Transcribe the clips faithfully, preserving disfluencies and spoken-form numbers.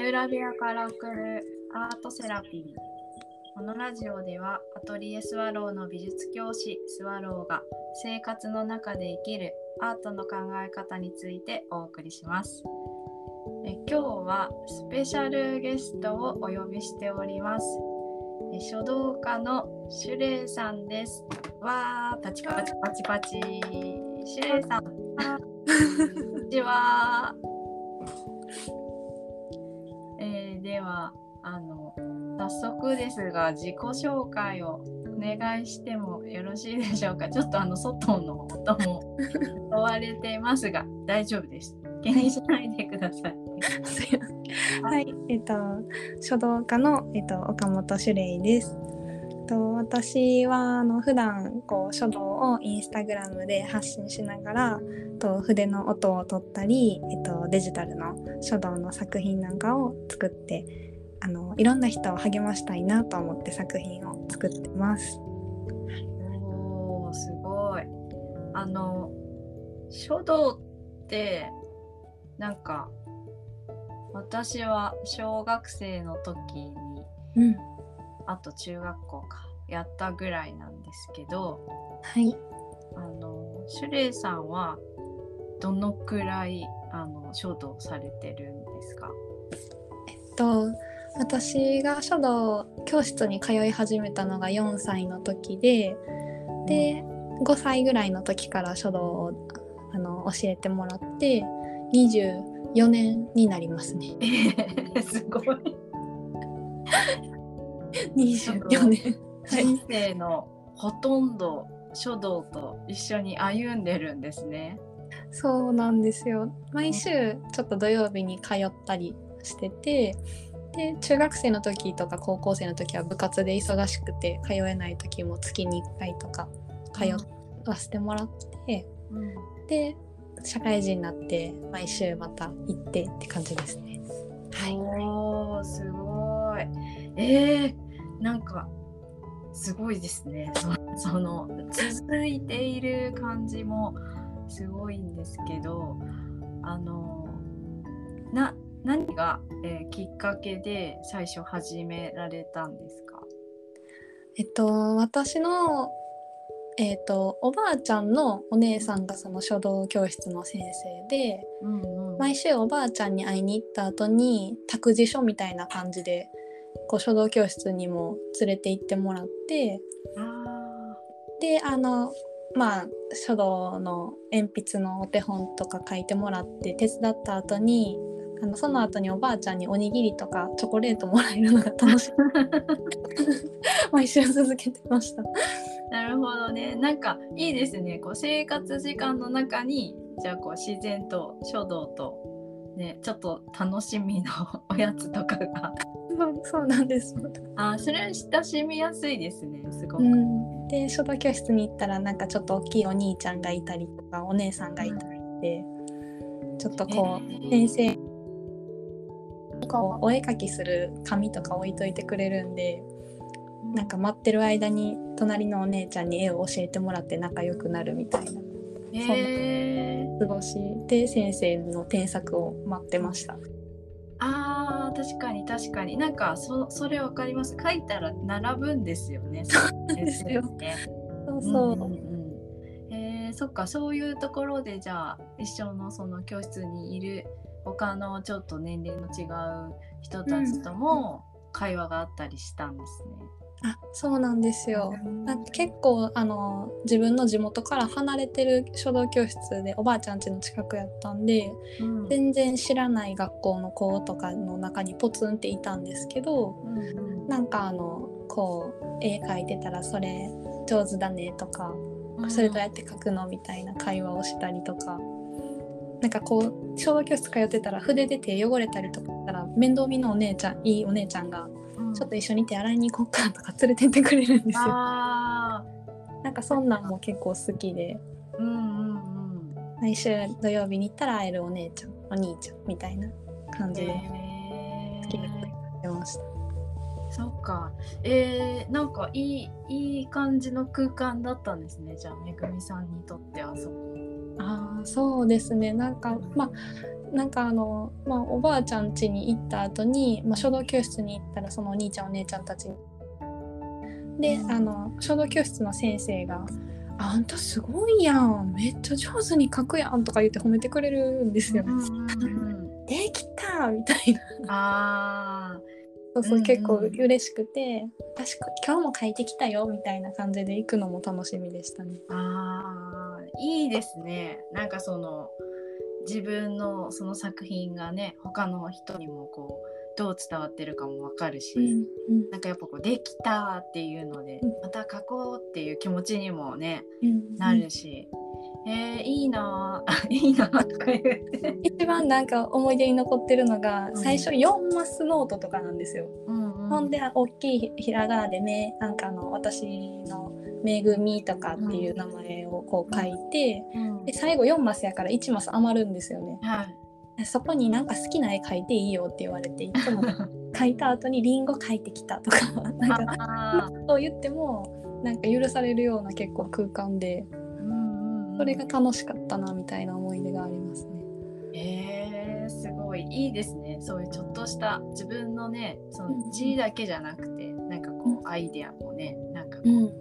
ユーラビアから送るアートセラピー。このラジオではアトリエスワローの美術教師スワローが生活の中で生きるアートの考え方についてお送りします。え今日はスペシャルゲストをお呼びしております。え書道家のシュレイさんです。わーパチパチパチパチ。シュレイさんこんにちは。えー、ではあの早速ですが自己紹介をお願いしてもよろしいでしょうか。ちょっとあの外の音も問われていますが大丈夫です。気にしないでください。 はい、えっと書道家の、えっと、岡本シュレイです。と私はあの普段こう書道をインスタグラムで発信しながらと筆の音を取ったり、えっと、デジタルの書道の作品なんかを作ってあのいろんな人を励ましたいなと思って作品を作ってます。 おーすごい。あの書道ってなんか私は小学生の時に、 うん、 あと中学校かやったぐらいなんですけど、 はい。 あのシュレイさんはどのくらいあの書道されてるんですか？ えっと私が書道教室に通い始めたのがよんさいの時で、でごさいぐらいの時から書道をあの教えてもらってにじゅうよねんになりますね。 すごい。 にじゅうよねん人生のほとんど書道と一緒に歩んでるんですね。 そうなんですよ。毎週ちょっと土曜日に通ったりしてて、で中学生の時とか高校生の時は部活で忙しくて通えない時も月にいっかいとか通わせてもらって、うん、で社会人になって毎週また行ってって感じですね。 はい。おーすごい。えー、なんかすごいですね。そ, その続いている感じもすごいんですけど、あのな何が、えー、きっかけで最初始められたんですか？ えっと私のえーと、おばあちゃんのお姉さんがその書道教室の先生で、うんうん、毎週おばあちゃんに会いに行った後に託児所みたいな感じでこう書道教室にも連れて行ってもらって、あであのまあ書道の鉛筆のお手本とか書いてもらって手伝った後にあのその後におばあちゃんにおにぎりとかチョコレートもらえるのが楽しい毎週続けてました。 なるほどね。なんかいいですね。こう生活時間の中にじゃあこう自然と書道とねちょっと楽しみのおやつとかがそうそうなんです。 あ、それは親しみやすいですね。すごく。うん、 で書道教室に行ったらなんかちょっと大きいお兄ちゃんがいたりとかお姉さんがいたりで、うん、ちょっとこう、えー、先生こうお絵描きする紙とか置いといてくれるんで、なんか待ってる間に隣のお姉ちゃんに絵を教えてもらって仲良くなるみたいな、えー、そんな過ごしで先生の添削を待ってました。 あー確かに確かになんか そ, それわかります。書いたら並ぶんですよね。そうですよね。そうそう、うんうんうん、えー、そっかそういうところでじゃあ一緒のその教室にいる他のちょっと年齢の違う人たちとも会話があったりしたんですね。 うん、あ、そうなんですよ。なんか結構あの自分の地元から離れてる書道教室でおばあちゃん家の近くやったんで、うん、全然知らない学校の子とかの中にポツンっていたんですけど、うんうん、なんかあのこう絵描いてたらそれ上手だねとか、うん、それどうやって描くのみたいな会話をしたりとか、なんかこう書道教室通ってたら筆で手汚れたりとかしたら面倒見のお姉ちゃんいいお姉ちゃんがちょっと一緒に手洗いに行こうかとか連れてってくれるんですよ。あなんかそんなんも結構好きで、うんうんうん、毎週土曜日に行ったら会えるお姉ちゃんお兄ちゃんみたいな感じで好きでやってました。 そっか、えー、なんかいいいい感じの空間だったんですね。じゃあめぐみさんにとってはそこ。 あ、そうですね。なんかまあなんかあの、まあ、おばあちゃん家に行った後に、まあ、書道教室に行ったらそのお兄ちゃんお姉ちゃんたちで、うん、あの書道教室の先生が「あんたすごいやん、めっちゃ上手に書くやん」とか言って褒めてくれるんですよね。うんうんうん、できたみたいな。 あそうそう、うんうん、結構嬉しくて、確か今日も書いてきたよみたいな感じで行くのも楽しみでしたね。 あー、いいですね。なんかその自分のその作品がね、他の人にもこうどう伝わってるかも分かるし、うんうん、なんかやっぱこうできたっていうので、うん、また書こうっていう気持ちにもね、うんうん、なるし、えー、いいないいなとか言って一番なんか思い出に残ってるのが、うん、最初よんマスノートとかなんですよ、うんうん、ほんで大きいひらがなでめなんかあの私のめぐみとかっていう名前をこう書いて、うんうん、で最後よんマスやからいちマス余るんですよね、はい、そこになんか好きな絵描いていいよって言われて、いつも描いた後にリンゴ描いてきたとかなんかそう言ってもなんか許されるような結構空間で、それが楽しかったなみたいな思い出がありますね。 えー、すごいいいですね。そういうちょっとした自分のね、その字だけじゃなくて、うん、なんかこうアイデアもね、なんかこう、うん、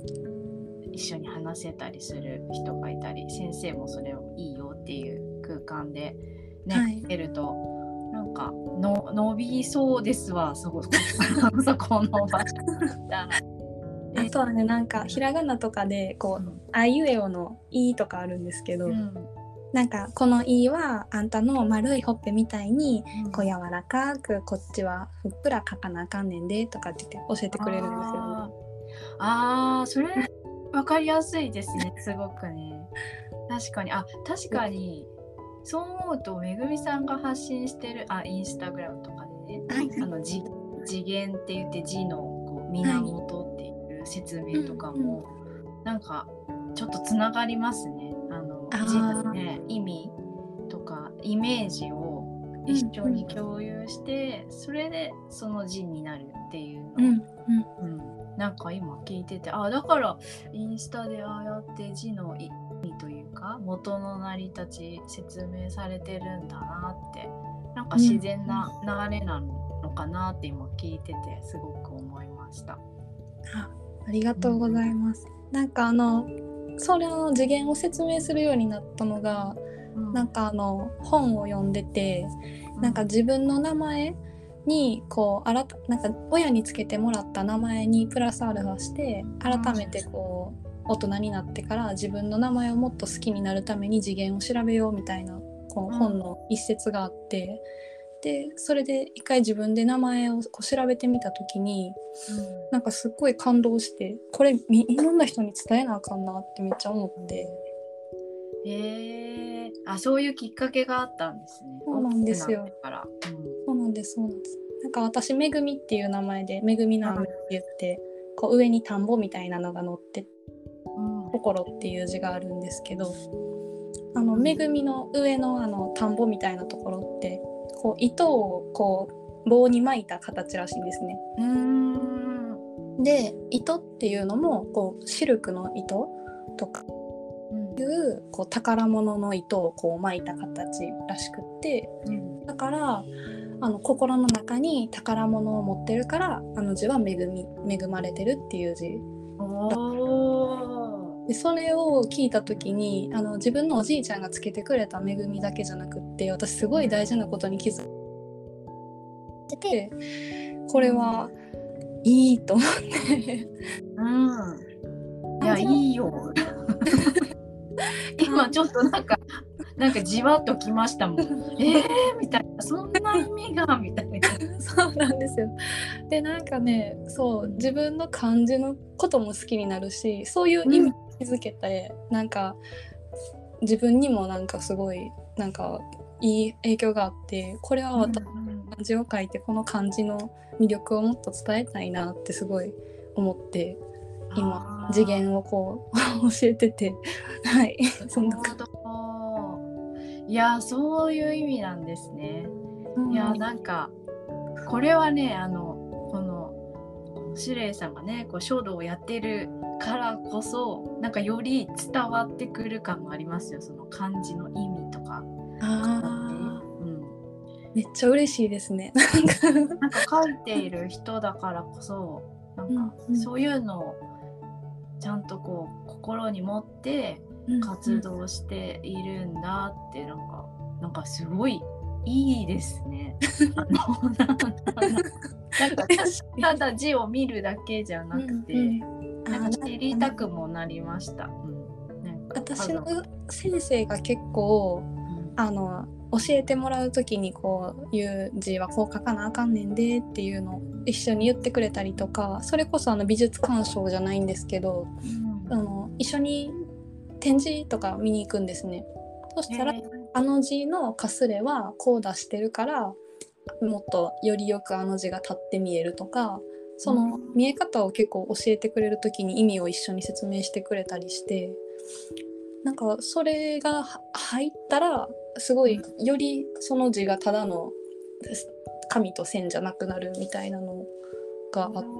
一緒に話せたりする人がいたり、先生もそれをいいよっていう空間でね、はい、るとなんかの伸びそうですわ。そこそこの場所あとはね、なんかひらがなとかでこう、うん、あいうえおのいとかあるんですけど、うん、なんかこのいはあんたの丸いほっぺみたいに、うん、こう柔らかくこっちはふっくら書かなあかんねんでとかって言って教えてくれるんですよね。 ああ、それ分かりやすいですね。すごくね。確かに、あ、確かにそう思うとめぐみさんが発信してるあインスタグラムとかでね、はい、あの次元って言って字のこう源っていう説明とかも、はい、なんかちょっとつながりますね。あの字のね意味とかイメージを一緒に共有して、うん、それでその字になるっていうの、うんうんうん、なんか今聞いてて、あ、だからインスタでああやって字の意味というか元の成り立ち説明されてるんだなって、なんか自然な流れなのかなって今聞いててすごく思いました。 あ、ありがとうございます、うん、なんかあのそれの次元を説明するようになったのが、うん、なんかあの本を読んでて、うん、なんか自分の名前にこう新たなんか親につけてもらった名前にプラスアルファして改めてこう、うん、大人になってから自分の名前をもっと好きになるために次元を調べようみたいなこう本の一節があって、でそれで一回自分で名前をこう調べてみた時に、うん、なんかすっごい感動して、これいろんな人に伝えなあかんなってめっちゃ思って。 へえー、あ、そういうきっかけがあったんですね。 そうなんですよ。 から、うん、 そうなんですそうなんです。なんか私めぐみっていう名前でめぐみの雨って言って、こう上に田んぼみたいなのが載って、うん、心っていう字があるんですけど、あのめぐみの上のあの田んぼみたいなところってこう糸をこう棒に巻いた形らしいんですね。うーんで糸っていうのもこうシルクの糸とかいう、こう宝物の糸をこう巻いた形らしくって、うん、だからあの心の中に宝物を持ってるからあの字は恵み恵まれてるっていう字。おでそれを聞いた時にあの自分のおじいちゃんがつけてくれた恵みだけじゃなくって、私すごい大事なことに気づいてて、これはいいと思ってうんいやいいよ今ちょっとなんかなんかじわっときましたもんえーみたいな、そんな意味がみたいなそうなんですよ。でなんかね、そう自分の漢字のことも好きになるし、そういう意味に気づけて、うん、なんか自分にもなんかすごいなんかいい影響があって、これは私の漢字を書いてこの漢字の魅力をもっと伝えたいなってすごい思って、今次元をこう教えててはいそんな感じ。 いやそういう意味なんですね、うん、いやなんかこれはね、あのこのシレイさんがねこう書道をやってるからこそなんかより伝わってくる感もありますよ、その漢字の意味とか。 あ、 うん、 めっちゃ嬉しいですね。 なんか書いている人だからこそなんかそういうのをちゃんとこう心に持って活動しているんだってなんか、なんかすごいいいですね。あのなんかただ字を見るだけじゃなくて、うんうん、なんか知りたくもなりました。うん、なんか私の先生が結構、うん、あの教えてもらう時にこういう字はこう書かなあかんねんでっていうのを一緒に言ってくれたりとか、それこそあの美術鑑賞じゃないんですけど、うん、あの一緒に展示とか見に行くんですね。そしたらあの字のかすれはこう出してるからもっとよりよくあの字が立って見えるとか、その見え方を結構教えてくれる時に意味を一緒に説明してくれたりして、なんかそれが入ったらすごいよりその字がただの紙と線じゃなくなるみたいなのがあって、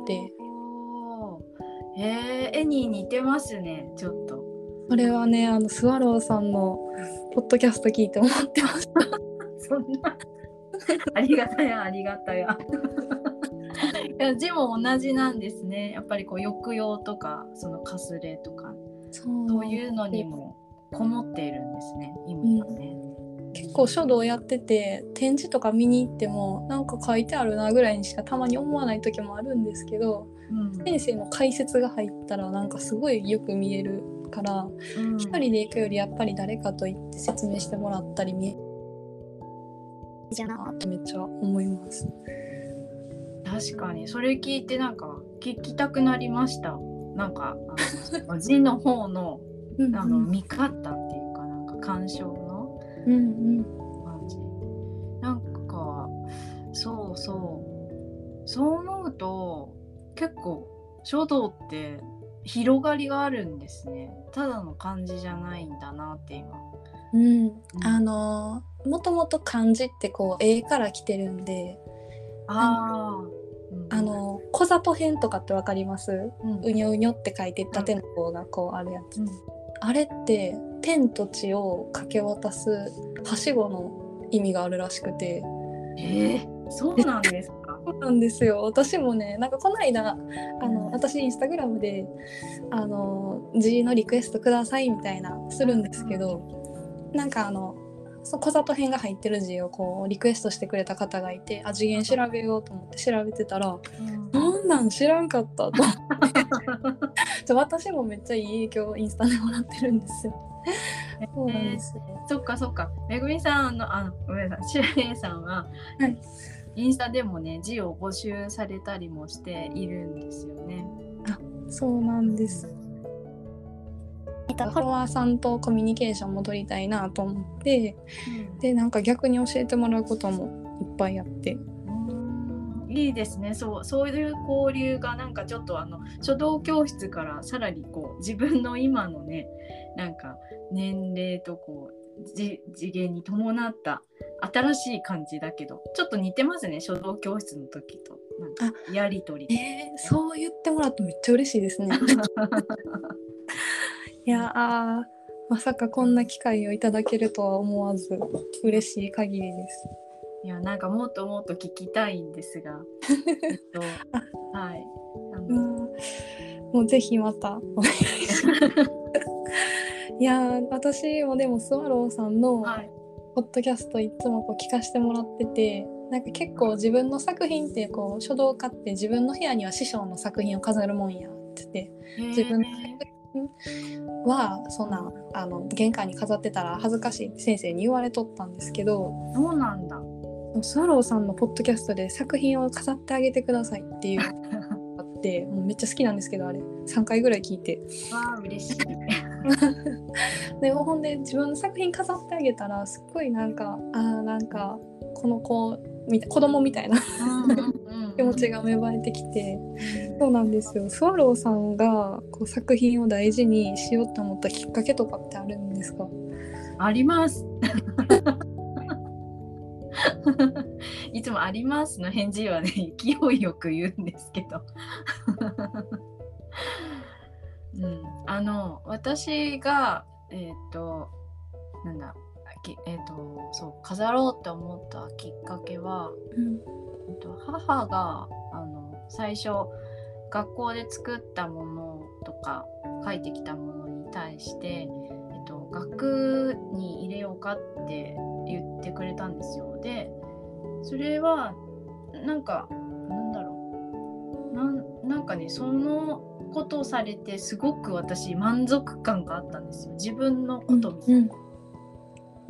へー、絵に似てますね。ちょっとそれはね、あのスワローさんのポッドキャスト聞いて思ってましたそんなありがたやありがたやいや字も同じなんですね。やっぱりこう抑揚とかそのかすれとかそういうのにもこもっているんですね、意味がね、 うん、結構書道やってて展示とか見に行ってもなんか書いてあるなぐらいにしかたまに思わない時もあるんですけど、うん、先生の解説が入ったらなんかすごいよく見えるから、うん、一人で行くよりやっぱり誰かと行って説明してもらったり見えるじゃなってめっちゃ思います。 確かにそれ聞いてなんか聞きたくなりました。なんかあの字の方のあの見方っていうかなんか鑑賞の感じ、うんうん、なんかそうそうそう思うと結構書道って広がりがあるんですね。ただの漢字じゃないんだなって今、 うんうん、あのもともと漢字ってこう絵から来てるんで、ああの小里編とかってわかります、うん、うにょうにょって書いて縦の方がこうあるやつ、うん、あれって天と地を掛け渡すはしごの意味があるらしくて。 えー、そうなんですか？ そうなんですよ。私もね、なんかこの間あの、うん、私インスタグラムであの字のリクエストくださいみたいなするんですけど、うん、なんかあのその小里編が入ってる字をこうリクエストしてくれた方がいて、あ次元調べようと思って調べてたら、うん、そんなん知らんかったと思って私もめっちゃいい影響をインスタでもらってるんですよ。そうなんですよ、 えー、そっかそっか。めぐみさんのあのごめんなさい、しられいさんは、はい、インスタでもね字を募集されたりもしているんですよね。 あ、そうなんです。フォロワーさんとコミュニケーションも取りたいなと思って、うん、でなんか逆に教えてもらうこともいっぱいあって、 うん、いいですね。そう、そういう交流がなんかちょっとあの書道教室からさらにこう自分の今のねなんか年齢とこう次元に伴った新しい感じだけどちょっと似てますね、書道教室の時となんかやりとり、 えー、そう言ってもらってめっちゃ嬉しいですねいやーまさかこんな機会をいただけるとは思わず嬉しい限りです。 いやなんかもっともっと聞きたいんですがえっとはい、あのもうぜひまたお願いしますいや私もでもスワローさんのポッドキャストいつもこう聞かせてもらってて、なんか結構自分の作品ってこう書道家って自分の部屋には師匠の作品を飾るもんやってて、自分の作品はそんなあの玄関に飾ってたら恥ずかしいって先生に言われとったんですけど、 そうなんだ。 スワローさんのポッドキャストで作品を飾ってあげてくださいっていうあってもうめっちゃ好きなんですけど、あれさんかいぐらい聞いて、 わあ嬉しいでもほんで自分の作品飾ってあげたらすっごいなんかあーなんかこの子みた子供みたいな気持ちが芽生えてきて、そうなんですよ。スワローさんがこう作品を大事にしようと思ったきっかけとかってあるんですか？ ありますいつもありますの返事はね勢いよく言うんですけどうん、あの私がえっとなんだえー、とそう飾ろうって思ったきっかけは、うんえー、と母があの最初学校で作ったものとか書いてきたものに対して、えー、と学に入れようかって言ってくれたんですよ。でそれはなんかなんだろう な, なんかねそのことをされてすごく私満足感があったんですよ、自分のことみたいな、うんうん、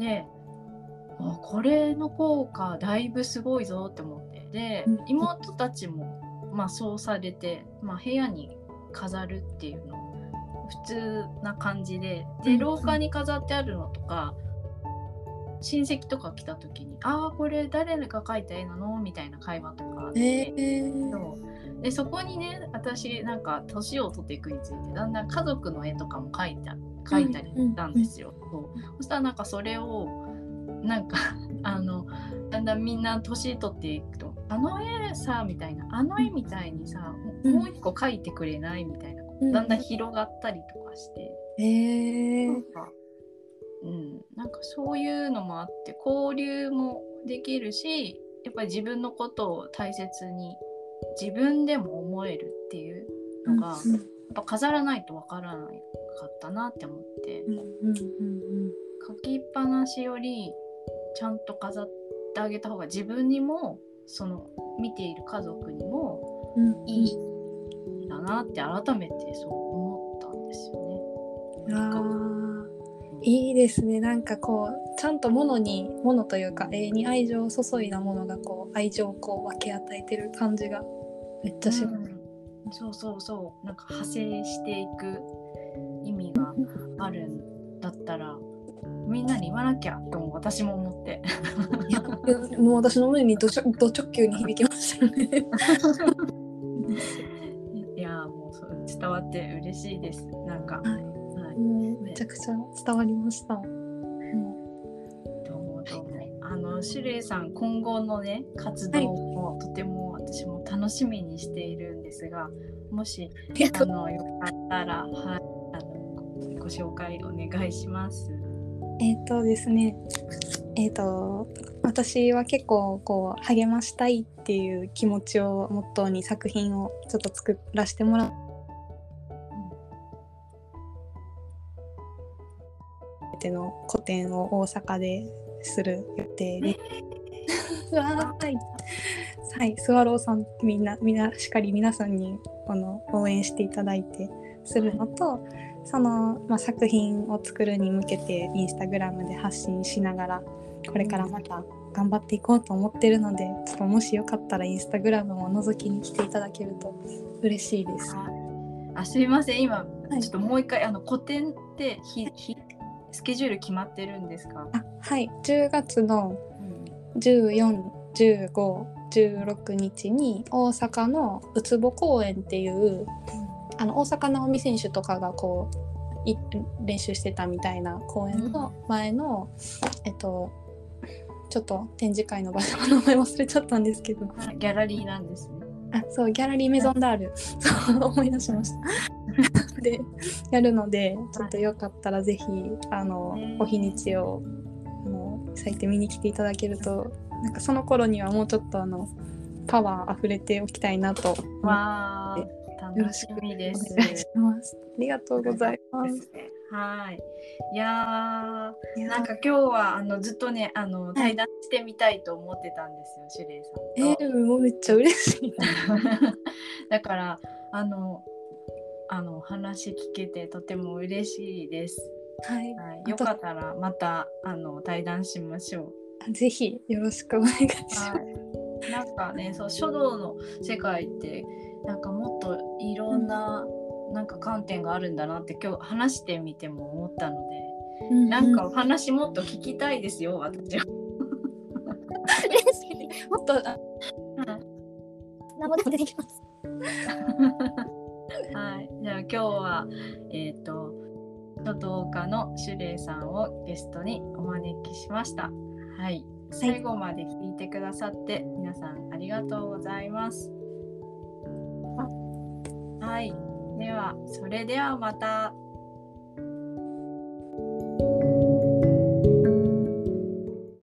でこれの効果だいぶすごいぞって思って、で、うん、妹たちも、まあ、そうされて、まあ、部屋に飾るっていうの普通な感じで、で廊下に飾ってあるのとか、親戚とか来た時にああこれ誰が描いた絵なのみたいな会話とかあって、えー、そうでそこにね私なんか年を取っていくについてだんだん家族の絵とかも描いた描いたりしたんですよ、うんうんうん、そうそしたらなんかそれをなんかあのだんだんみんな年取っていくとあの絵さみたいなあの絵みたいにさ、うん、もう一個描いてくれないみたいな、うん、だんだん広がったりとかして、 えー、 なんかうん、なんかそういうのもあって交流もできるし、やっぱり自分のことを大切に自分でも思えるっていうのが、うんうん、やっぱ飾らないとわからなかったなって思って、うんうんうんうん、書きっぱなしよりちゃんと飾ってあげた方が自分にもその見ている家族にもいいだなって改めてそう思ったんですよね。 あいいですね。なんかこうちゃんと物に物というか絵に愛情を注いだものがこう愛情をこう分け与えてる感じがめっちゃします、 うん、そうそうそうなんか派生していく意味があるんだったらみんなに言わなきゃとも私も思っていやもう私の胸にド直球に響きましたよねいやもうそれ伝わって嬉しいです。なんか、 はいはい、もうめちゃくちゃ伝わりました。うん、 どうもどうもあのシュレイさん今後のね活動もとても私も楽しみにしているんですが、はい、もしあのよかったら、はい、あのご紹介お願いします。 えっとですねえっと私は結構こう励ましたいっていう気持ちをモットーに作品をちょっと作らせてもらって、うん、の個展を大阪でする予定で、わーい、はい、スワローさんみんなみんなしっかり皆さんにこの応援していただいてするのと、その、まあ、作品を作るに向けてインスタグラムで発信しながらこれからまた頑張っていこうと思ってるので、ちょっともしよかったらインスタグラムも覗きに来ていただけると嬉しいです。 あ、すいません今、はい、ちょっともう一回あの個展ってひひスケジュール決まってるんですか？ あ、はい、じゅうがつのじゅうよっか、じゅうご、じゅうろくにちに大阪のうつぼ公園っていう、うん、あの大坂なおみ選手とかがこうい練習してたみたいな公園の前の、うん、えっとちょっと展示会の場所の名前忘れちゃったんですけど、 ギャラリーなんですね。 あ、そうギャラリーメゾンダールそう思い出しましたでやるのでちょっとよかったらぜひあのお日にちをあの咲いて見に来ていただけると、なんかその頃にはもうちょっとあのパワーあふれておきたいなと思って、 わー楽しみです。 お願いします。ありがとうございます。 はい、いやーなんか今日はあのずっとねあの対談してみたいと思ってたんですよ、シュレイさんと。 えー、もうめっちゃ嬉しいだからあのあの話聞けてとても嬉しいです。 はい、 はい、よかったらまたあの対談しましょう。ぜひよろしくお願いします。 はい、なんかねそう書道の世界ってなんかもっといろんな、うん、なんか観点があるんだなって今日話してみても思ったので、うんうん、なんかお話もっと聞きたいですよ私は。 もっと何もでも出てきます。 はい、じゃあ今日はえっと書道家のシュレイさんをゲストにお招きしました。はい、最後まで聞いてくださって皆さんありがとうございます。はい、ではそれではまた。